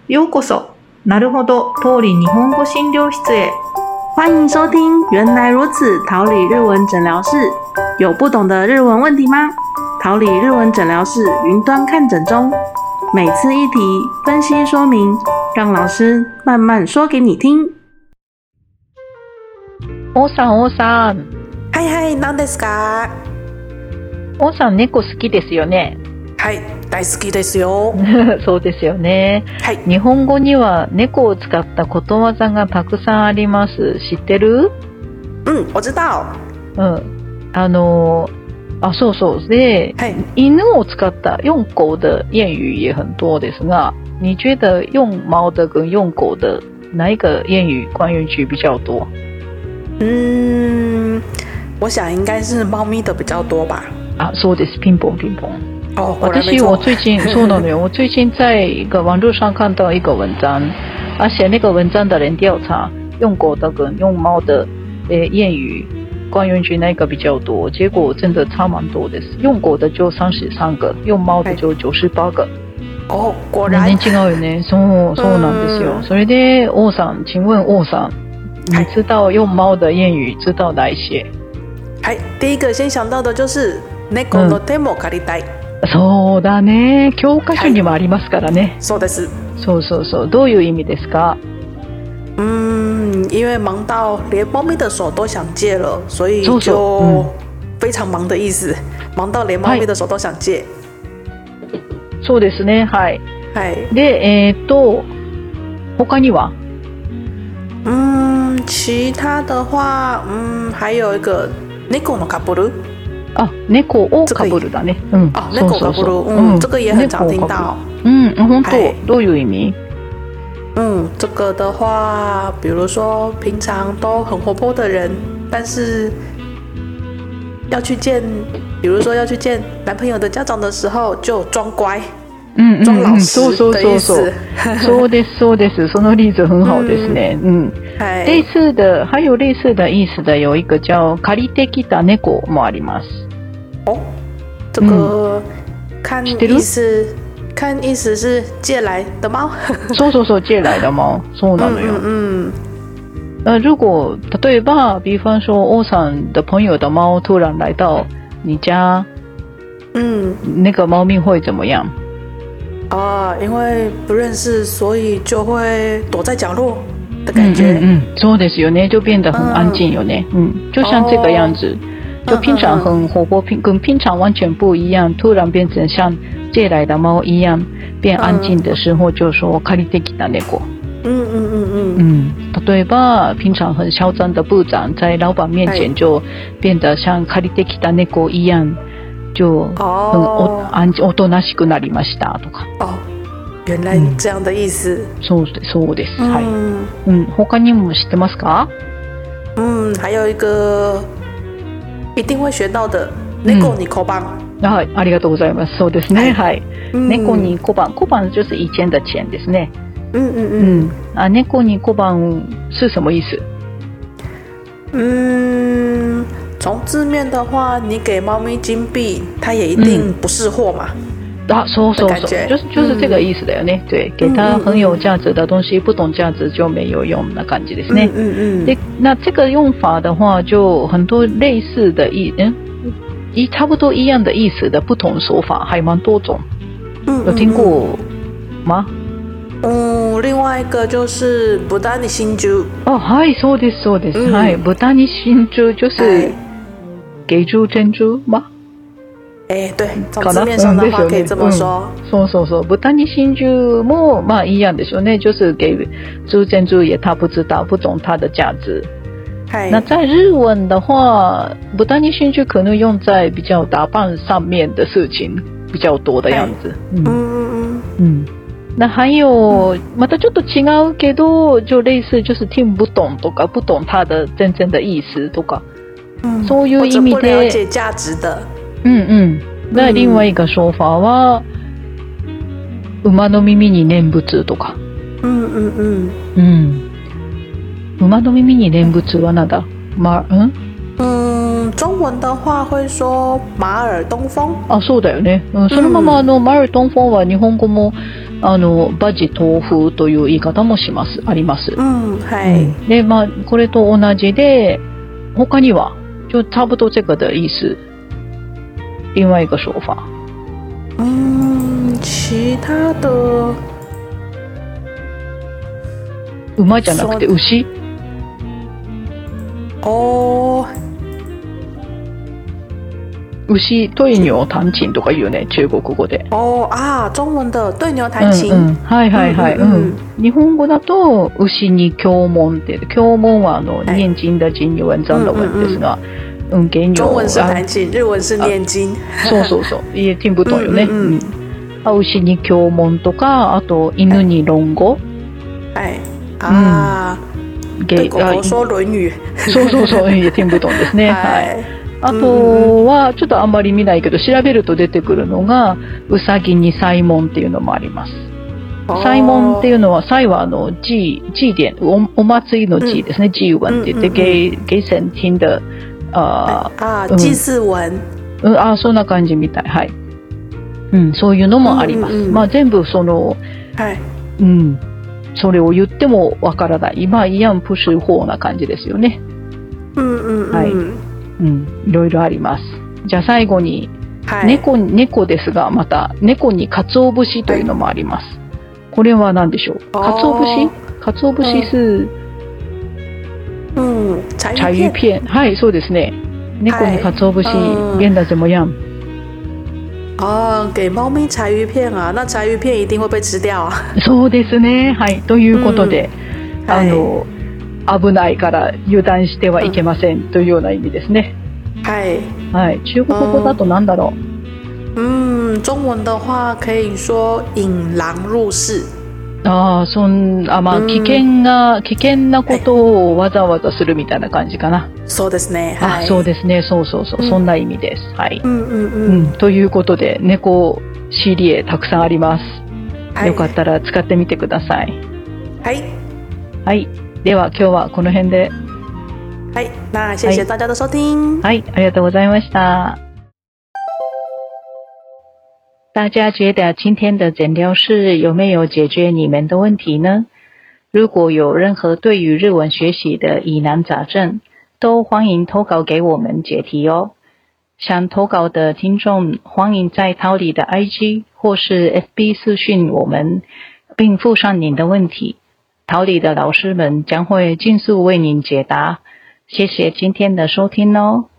ようこそなるほど桃李日本語診療室へ。 欢迎收听原来如此桃李日文诊疗室。有不懂的日文问题吗？桃李日文诊疗室云端看诊中，每次一题分析说明，让老师慢慢说给你听。 王さん。 はいはい、何ですか？ 王さん、猫好きですよね。 はい、大好きですよ。 そうですよね。 はい。 日本語には猫を使ったことわざがたくさんあります。知ってる？ 我知道。 そうそう。で、 はい、 犬を使った用狗的谚语也很多ですが，你觉得用猫的跟用狗的哪一个谚语关于句比较多？ 我想应该是猫咪的比较多吧。 そうです。ピンポン。我最近そうなのよ。我最近在一个网络上看到一个文章，而且那个文章的人调查用狗的跟用猫的谚语关于句哪一个比较多，结果真的差蛮多的。用狗的就33个，用猫的就98个。 果然。 全然違うよね。そうなんですよ。それで王さん，请问王さん，你知道用猫的谚语知道哪一些？ 第一个先想到的就是猫の手も借りたい。 そうだね。教科書にもありますからね。 そうです。 そう。どういう意味ですか？ 因为忙到连猫咪的手都想借了，所以就非常忙的意思。忙到连猫咪的手都想借。 そうですね。はい。で、他には？ 其他的话，还有一个猫のかぶる。 猫をかぶるだね。 猫かぶる。这个也很常听到。 本当。どういう意味？ 这个的话，比如说平常都很活泼的人，但是比如说要去见男朋友的家长的时候，就装乖。装老实的意思。 そうです。その例子很好ですね。还有类似的意思的有一个叫借りてきた猫もあります。 这个看意思是借来的猫。 そう借来的猫。そうなのよ。如果例えば比方说王さん的朋友的猫突然来到你家，那个猫咪会怎么样？ 因为不认识，所以就会躲在角落的感觉。 そうですよね。就变得很安静よね。就像这个样子。就平常很活泼，跟平常完全不一样，突然变成像借来的猫一样变安静的时候，就说借りてきた猫。例えば平常很嚣张的部长在老板面前就变得像借りてきた猫一样，就很おとなしくなりましたとか。 原来这样的意思。 そうです。はい。他にも知ってますか？ 还有一个一定会学到的猫に小判。 ありがとうございます。そうですね。はい。猫に小判，小判就是以前的钱ですね。猫に小判是什么意思？ 从字面的话，你给猫咪金币，它也一定不是货嘛。 そう就是这个意思だよね。对，给它很有价值的东西，不懂价值就没有用的感じですね。那这个用法的话，就很多类似的差不多一样的意思的不同手法，还蛮多种。有听过吗？ 另外一个就是豚に真珠。 はい、そうです。はい、豚に真珠就是给猪珍珠吗？ 对，从字面上的话可以这么说。 そう豚に真珠も一样的说，那就是给猪珍珠也他不知道不懂它的价值。那在日文的话，豚に真珠可能用在比较打扮上面的事情比较多的样子。那还有またちょっと違うけど，就类似就是听不懂とか不懂它的真正的意思とか，そういう意味で或者不了解价值的。 那另外一个说法は馬の耳に念仏とか。馬の耳に念仏はなんだ？ 中文的話會說馬爾東風。 あ、そうだよね。そのまま馬爾東風は日本語も馬耳東風という言い方もあります。 はい。 で、これと同じで他には就差不多这个的意思。另外一个说法。 其他的馬じゃなくて牛。牛对牛弹琴とか言うよね、中国語で。 中文的对牛弹琴。 はいはいはい。日本語だと牛に経文って、経文は念经的经、有文章的文ですが。给牛。 中文是弹琴，日文是念经。 そうそうそう。也听不懂よね。牛に経文とか、あと犬に論語。 对狗狗说論語。 そうそう、也听不懂ですね。はい。あとはちょっとあんまり見ないけど調べると出てくるのがうさぎに祭文っていうのもあります。祭文っていうのは祭は祭典お祭りの祭ですね。祭文って言って给神听的祭祀文。 そんな感じみたい。はい。そういうのもあります。全部そのそれを言ってもわからない。一样不是货な感じですよね。はい。いろいろあります。じゃあ最後に、猫ですが、また猫に鰹節というのもあります。これは何でしょう。鰹節是柴鱼片。はい、そうですね。猫に鰹節变得怎么样？ 给猫咪柴鱼片啊，那柴鱼片一定会被吃掉啊。 そうですね。はい。ということで、危ないから油断してはいけませんというような意味ですね。 はい。 はい。中国語だとなんだろう。中文的話可以說引狼入室。 危険なことをわざわざするみたいな感じかな。 そうですね。 そうですね。そう、そんな意味です。はい。ということで猫シリエたくさんあります。よかったら使ってみてください。 はい。 はい。では今日はこの辺で。 那謝謝大家的收聽。 ありがとうございました。大家觉得今天的诊疗室有没有解决你们的问题呢？如果有任何对于日文学习的疑难杂症，都欢迎投稿给我们解题哦。想投稿的听众欢迎在桃李的 IG 或是 FB 私讯我们，并附上您的问题。桃李的老师们将会尽速为您解答。谢谢今天的收听哦。